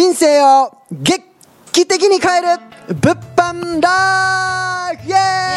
人生を劇的に変える物販ライフイエーイ。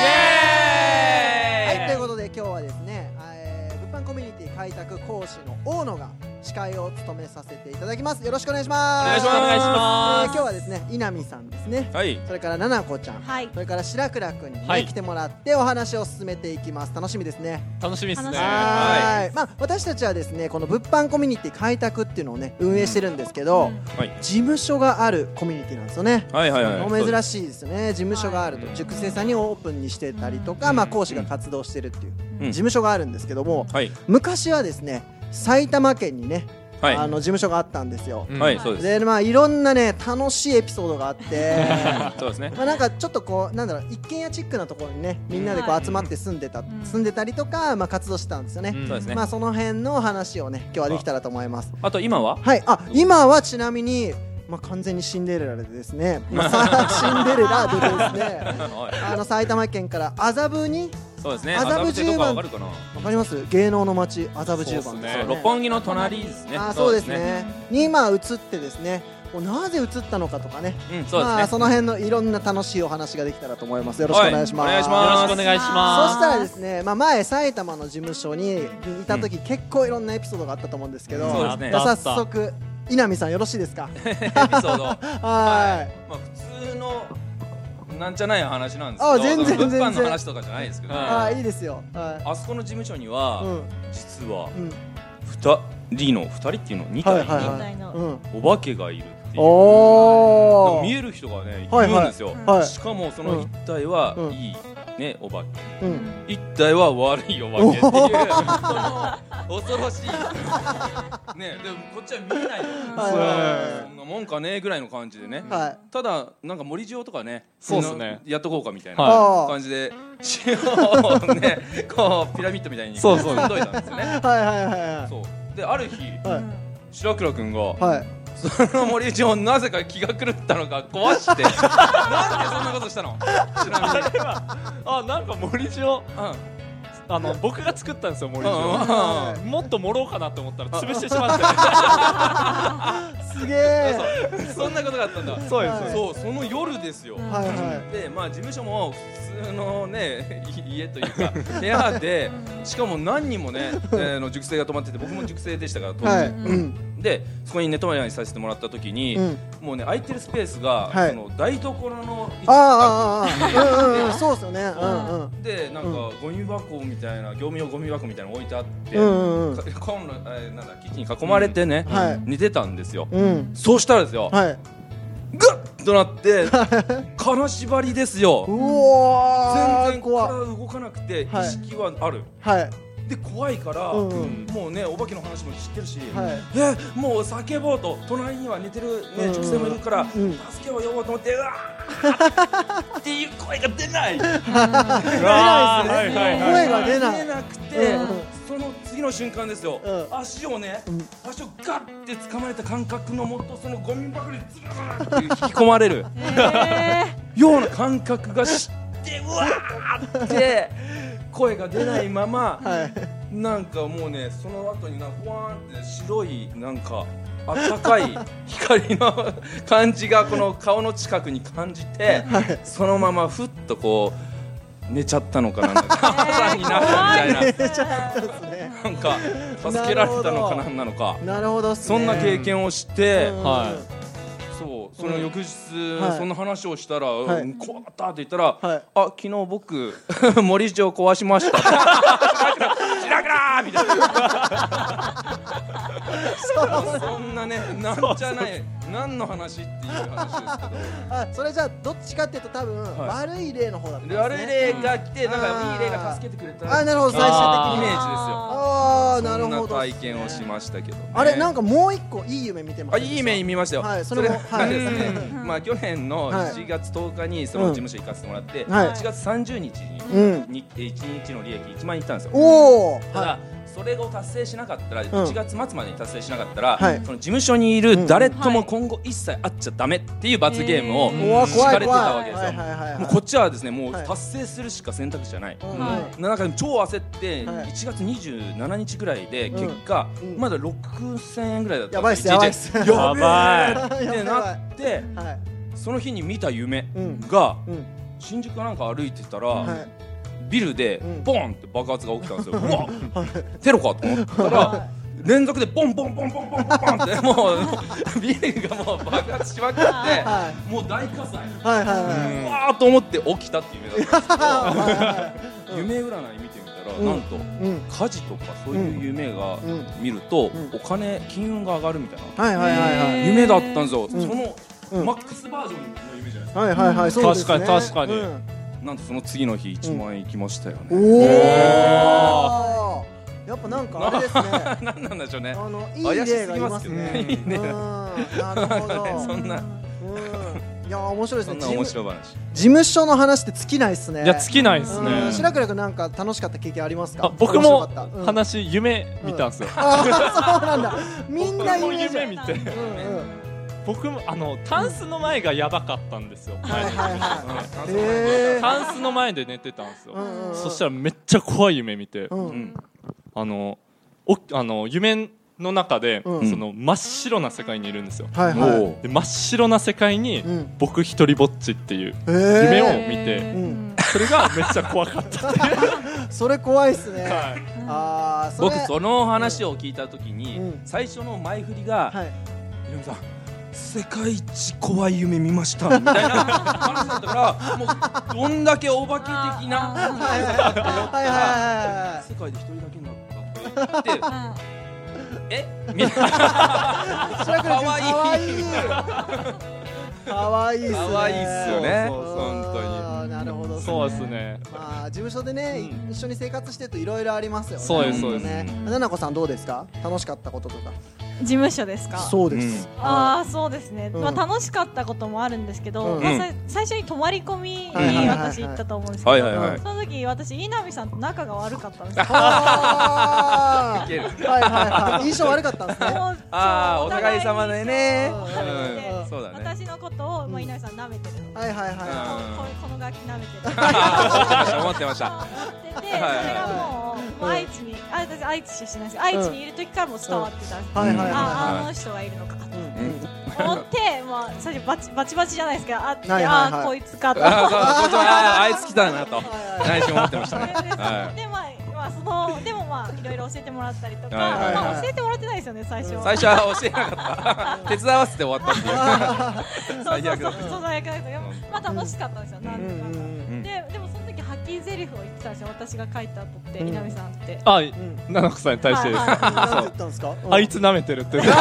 はい、ということで今日はですね、物販コミュニティ開拓講師の大野が司会を務めさせていただきます。よろしくお願いします。 お願いします。お願いします。 今日はですね、稲見さんですね、 はい、 それからななこちゃん、 はい、 それから白倉くんに、ね、 はい、 来てもらってお話を進めていきます。楽しみですね。 楽しみですね。 はい、まあ、私たちはですね、この物販コミュニティ開拓っていうのをね運営してるんですけど、 はい、 事務所があるコミュニティなんですよね。 はいはいはい、 珍しいですよね。事務所があると、塾生さんにオープンにしてたりとか、まあ、講師が活動してるっていう事務所があるんですけども、 はい、 昔はですね埼玉県にね、 はい、 事務所があったんですよ。 はい、そうです。 で、まあ、いろんなね楽しいエピソードがあってそうですね。 まあ、なんかちょっとこうなんだろう、一軒家チックなところにねみんなでこう集まって住んでたりとか、まあ、活動してたんですよね。 そうですね。 まあ、その辺の話をね今日はできたらと思います。 あと今は？ はい、今はちなみにまあ、完全にシンデレラでですね、まあ、シンデレラでですね埼玉県から麻布に、 そうですね、 麻布十番、わかります？芸能の街麻布十番ですね。 六本木の隣ですね。 そうですねに今移ってですね、なぜ移ったのかとかね、 まあその辺のいろんな楽しいお話ができたらと思います。よろしくお願いします。 よろしくお願いします。 そしたらですね、まあ、前埼玉の事務所にいた時、結構いろんなエピソードがあったと思うんですけど、早速稲見さんよろしいですか？ エピソード。はい。まあ普通のなんじゃない話なんですけど、 全然物販の話とかじゃないですけど、 いいですよ。 あそこの事務所には実は2人っていうの2体のお化けがいるっていう、見える人がねいるんですよ。しかもその1体はいいねお化け、1体は悪いお化けっていう恐ろしいね。でもこっちは見えないよ、そんなもんかねぐらいの感じでね。ただなんか森塩とかね、やっとこうかみたいな感じで塩をねこうピラミッドみたいに組んどいたんですよね。そうで、ある日白倉くんがその森塩をなぜか気が狂ったのか壊してなんでそんなことしたの？ちなみになんか森塩僕が作ったんですよ、森塩。もっと盛ろうかなと思ったら潰してしまってすげえ。 そんなことがあったんだ。 そうです。 そう、その夜ですよ。で、まあ事務所も普通のね家というか部屋で、しかも何人もね塾生が泊まってて、僕も塾生でしたから当時。でそこに寝泊まりにさせてもらった時に、もうね空いてるスペースがその台所のそうですよね。 でなんかゴミ箱みたいな、業務用ゴミ箱みたいなの置いてあって、コンロなんだキッチンに囲まれてね寝てたんですよ。そうしたらですよ、グッとなって金縛りですよ。全然体動かなくて意識はある。で怖いから、もうねお化けの話も知ってるし、もう叫ぼうと、隣には寝てるね塾生もいるから助けを呼ぼうと思って、うわーっていう声が出ない。声が出なくて、その次の瞬間ですよ、足をガッて掴まれた感覚のもと、そのゴミ箱にズーッて引き込まれるような感覚がして、うわーって声が出ないまま、なんかもうねその後にふわーって白いなんかあったかい光の感じがこの顔の近くに感じて、そのままふっとこう寝ちゃったのかなんだか朝になるみたいな、なんか助けられたのかなんなのか、そんな経験をして、その翌日そんな話をしたら怖かったって言ったら、昨日僕森塩壊しましたって知らんかーみたいなそんなね、なんじゃない何の話っていう話ですけど、 それじゃあどっちかっていうと多分悪い例の方だったんですね。 悪い例が来て、なんかいい例が助けてくれたなるほど、最終的にイメージですよ。 なるほど、 そんな体験をしましたけどね。 あれ、なんかもう一個いい夢見てました。 いい夢見ましたよ。 それもまあ去年の7月10日にその事務所行かせてもらって、1月30日に1日の利益1万円いったんですよ。ただそれを達成しなかったら、1月末までに達成しなかったら、 はいその事務所にいる誰とも今後一切会っちゃダメっていう罰ゲームを敷かれてたわけですよ。もうこっちはですね、もう達成するしか選択肢じゃない。なんか超焦って1月27日ぐらいで結果まだ6000円ぐらいだった。 やばいっすやばいっす。 やばいってなって、その日に見た夢が新宿かなんか歩いてたらビルでボンって爆発が起きたんですよ。うわテロかと思ったら連続でボンボンボンボンボンボンってもうビルがもう爆発しまくってもう大火災うわーと思って起きたっていう夢だったんですけど、夢占い見てみたらなんと火事とかそういう夢が見るとお金金運が上がるみたいな夢だったんですよ。そのマックスバージョンの夢じゃないですか。 確かに確かに。 なんとその次の日1万円いきましたよね。 おお。やっぱなんかあれですね。 なんなんでしょうね。 いい例がいますね。 いいね。 なるほど。 そんな。 いや面白いですね。 そんな面白い話。 事務所の話って尽きないですね。 いや尽きないですね。 白倉君なんか楽しかった経験ありますか？ 僕も話夢見たんですよ。 あそうなんだ。みんな夢見て。僕もタンスの前がやばかったんですよ。タンスの前で寝てたんですよ。そしたらめっちゃ怖い夢見て、夢の中でその真っ白な世界にいるんですよ。で真っ白な世界に僕一人ぼっちっていう夢を見て、それがめっちゃ怖かったっていう。 それ怖いっすね。 僕その話を聞いた時に最初の前振りがひろみさん世界一怖い夢見ましたみたいな話だったからもうどんだけお化け的な世界で一人だけになったって言ってみたいなかわいいかわいいっすね。 かわいいっすよね本当に。 なるほど。 そうですね。 まあ事務所でね一緒に生活してるといろいろありますよね。 そうですそうです。 ななこさんどうですか？楽しかったこととか。 事務所ですか？ そうです。 そうですね。まあ楽しかったこともあるんですけど、最初に泊まり込みに私行ったと思うんですけど、その時私稲見さんと仲が悪かったんですよ。 印象悪かったんですね。 お互い様でね。 私のことを稲見さん舐めてる。この楽器舐めてる。 思ってました。 思ってて、それがもう愛知に、私愛知出身なんですよ。愛知にいる時からも伝わってた。あの人がいるのかと思って、まあ最初バチバチじゃないですか。あってこいつかと。 あいつ来たなと内心思ってましたね。 でもまあいろいろ教えてもらったりとか、教えてもらってないですよね最初は。 最初は教えなかった。手伝わせて終わったっていう。最悪だった。 最悪だった。まあ楽しかったんですよ。なんとか。でもその時はっきり台詞を言ってたんですよ。私が書いた後って稲見さんって。 ななこさんに対してです。 何言ったんですか？ あいつ舐めてるって。そんな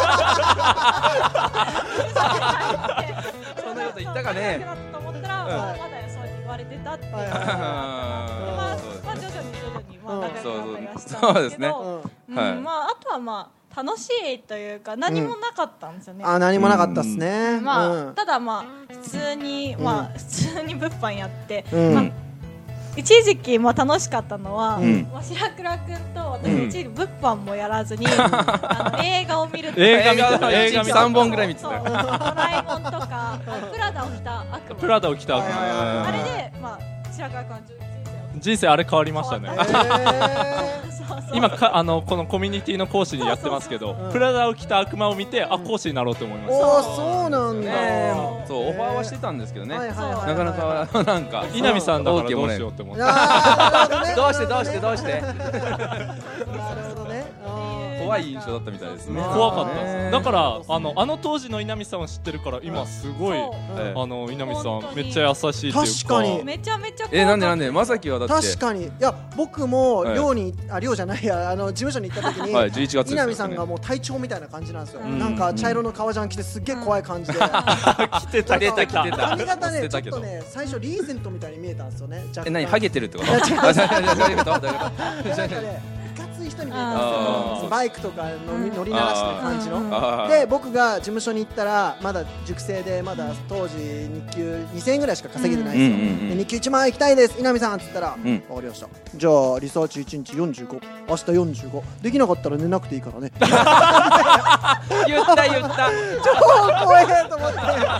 こと言ったかね。 と思ったらまだそう言われてたって。まあ徐々に仲良くなったりはしたんですけど、あとはまあ楽しいというか何もなかったんですよね。 何もなかったっすね。 ただまあ普通に物販やって、一時期楽しかったのは白倉君と私一時期物販もやらずに映画を見る。 映画3本ぐらい見てた。 ドラえもんとかプラダを着た悪魔。 プラダを着た悪魔。 あれで白倉君は人生あれ変わりましたね。今このコミュニティの講師にやってますけど、プラダを着た悪魔を見て講師になろうと思いました。 そうなんだ。 そうオファーはしてたんですけどね。なかなかなんか稲見さんだからどうしようって思って。 どうして。 なるほどね。 怖い印象だったみたいですね。 怖かったです。だからあの当時の稲見さんを知ってるから今すごい稲見さんめっちゃ優しいっていうか。 確かに。 めちゃめちゃなんでまさきはだって。 確かに。いや僕も寮じゃないや事務所に行った時に稲見さんがもう隊長みたいな感じなんですよ。なんか茶色の革ジャン着てすっげえ怖い感じで。 着てた。 髪型ねちょっとね最初リーゼントみたいに見えたんですよね。 何ハゲてるってこと？ かつい人に見えたんですよ。バイクとか乗り鳴らしてる感じの。で僕が事務所に行ったらまだ塾生でまだ当時日給2000円ぐらいしか稼げてないんですよ。で日給1万円行きたいです稲見さんっつったら、分かりました、じゃあリサーチ1日45、明日45できなかったら寝なくていいからね言った超怖いと思って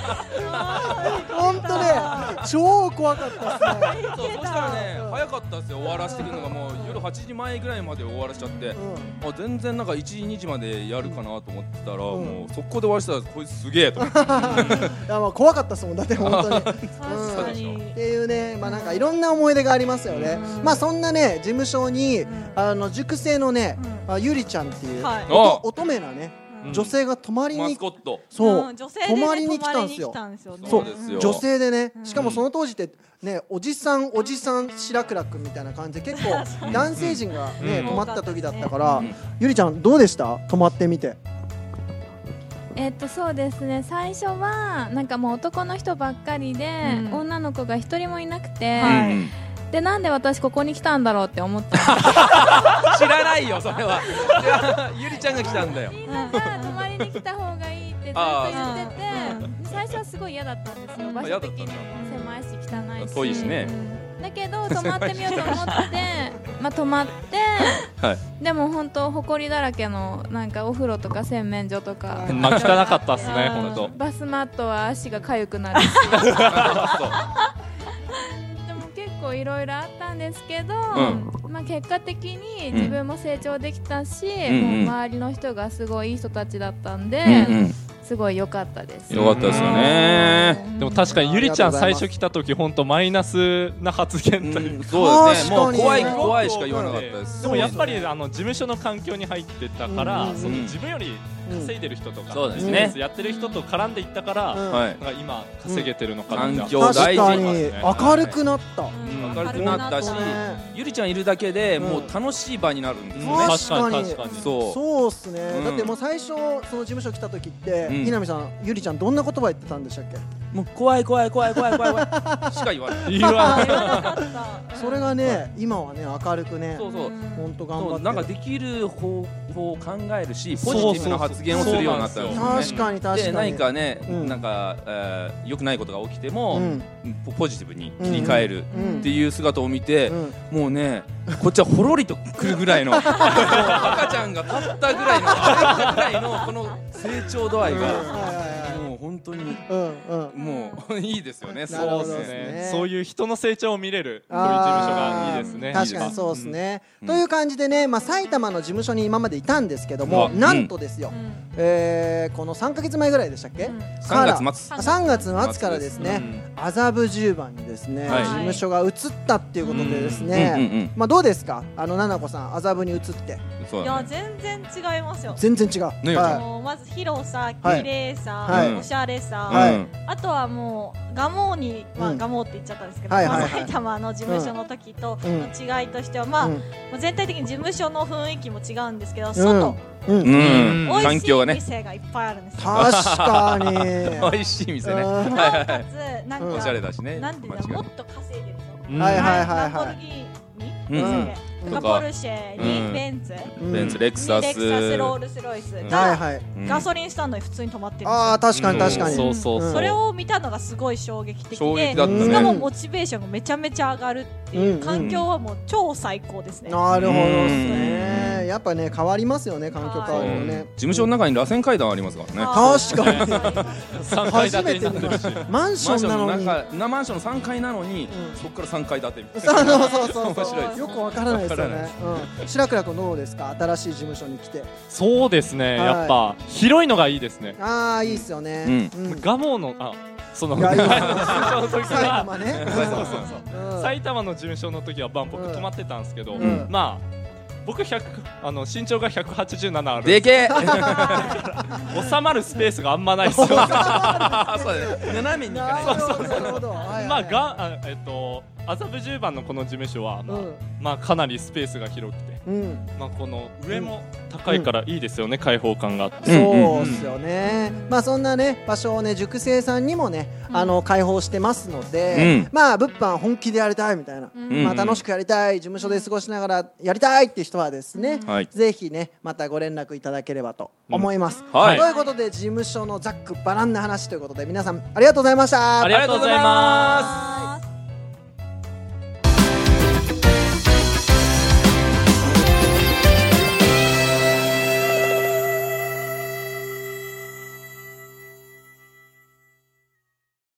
本当ね超怖かったっすね。 そしたらね早かったですよ、終わらせてるのがもう夜8時前ぐらいまで終わらせちゃって、全然なんか1時2時までやるかなと思ってたら、もう速攻で終わらせたらこいつすげえと思っていやまあ怖かったっすもん、だって本当にっていうね、まあなんかいろんな思い出がありますよね。まあそんなね事務所に塾生のねゆりちゃんっていう乙女なね女性が泊まりに、そう泊まりに来たんですよ。そう女性でね、しかもその当時ってねおじさん白倉くんみたいな感じで結構男性陣がね泊まった時だったから、ゆりちゃんどうでした泊まってみて。 そうですね、最初はなんかもう男の人ばっかりで、女の子が一人もいなくて、でなんで私ここに来たんだろうって思った知らないよそれはゆりちゃんが来たんだよ。 泊まりに来た方がいいってずっと言ってて、最初はすごい嫌だったんですよ。場所的にも狭いし汚いし遠いしね。 だけど泊まってみようと思ってまあ泊まって、でも本当埃だらけのなんかお風呂とか洗面所とか、 まあ汚かったっすね本当。 バスマットは足が痒くなるし結構いろいろあったんですけど、まあ結果的に自分も成長できたし、もう周りの人がすごいいい人たちだったんで、すごい良かったです。 良かったですよね。 でも確かにゆりちゃん最初来た時本当マイナスな発言というか、 そうですね、もう怖いしか言わなかったです。 でもやっぱり事務所の環境に入ってたから、その自分より稼いでる人とかやってる人と絡んでいったから、今稼げてるのかな。 環境大事に明るくなった。 明るくなったし、ゆりちゃんいるだけでもう楽しい場になるんですよね。 確かにそうっすね。だってもう最初その事務所来た時って稲見さんゆりちゃんどんな言葉言ってたんでしたっけ？ もう怖いしか言わないそれがね今はね明るくね、本当頑張って、 なんかできる方法を考えるしポジティブな発言をするようになったんですよね。 確かにで何かねなんか良くないことが起きてもポジティブに切り替えるっていう姿を見て、もうねこっちはほろりとくるぐらいの赤ちゃんが立ったぐらいのこの成長度合いがもう本当にもういいですよね。 そうですね。そういう人の成長を見れるこういう事務所がいいですね。 確かにそうですね。という感じでね、埼玉の事務所に今までいたんですけども、なんとですよ、この3ヶ月前ぐらいでしたっけ？3月末からですね、麻布十番にですね事務所が移ったっていうことでですね、まあどうですかななこさん、麻布に移って。 いや全然違いますよ。 全然違う。 まず広さ、綺麗さ、おしゃれさ、あとはもう蒲生に蒲生って言っちゃったんですけど、埼玉の事務所の時との違いとしてはまあ全体的に事務所の雰囲気も違うんですけど、外美味しい店がいっぱいあるんですよ。 確かに美味しい店ね。 なおかつなんかおしゃれだしね。 なんていうの、もっと稼いでる人、 ランボルギーニポルシェにベンツ、 レクサス、 ロールスロイスがガソリンスタンドに普通に止まってるんですよ。 ああ確かにそれを見たのがすごい衝撃的で、しかもモチベーションがめちゃめちゃ上がるっていう環境はもう超最高ですね。 なるほどですね。やっぱね変わりますよね、環境変わるとね。 事務所の中に螺旋階段ありますからね。 確かに 3階建てになってるし、 マンションなのにマンションの3階なのにそこから3階建てみたいな。そうよくわからないですよね。白倉君どうですか、新しい事務所に来て。 そうですね、やっぱ広いのがいいですね。 ああいいっすよね。 蒲生のその埼玉ね、 埼玉の事務所の時は僕泊まってたんですけど、まあ僕身長が187ある。 でけえ収まるスペースがあんまないですよ。 斜めに行かない。 まあ麻布十番のこの事務所はまあかなりスペースが広くて、 まあこの上も高いからいいですよね、開放感があって。 そうですよね。まあそんなね場所をね塾生さんにもね開放してますので、まあ物販本気でやりたいみたいな、まあ楽しくやりたい、事務所で過ごしながらやりたいっていう人はですね、ぜひねまたご連絡いただければと思います。ということで事務所のざっくばらんな話ということで皆さんありがとうございました。 ありがとうございます。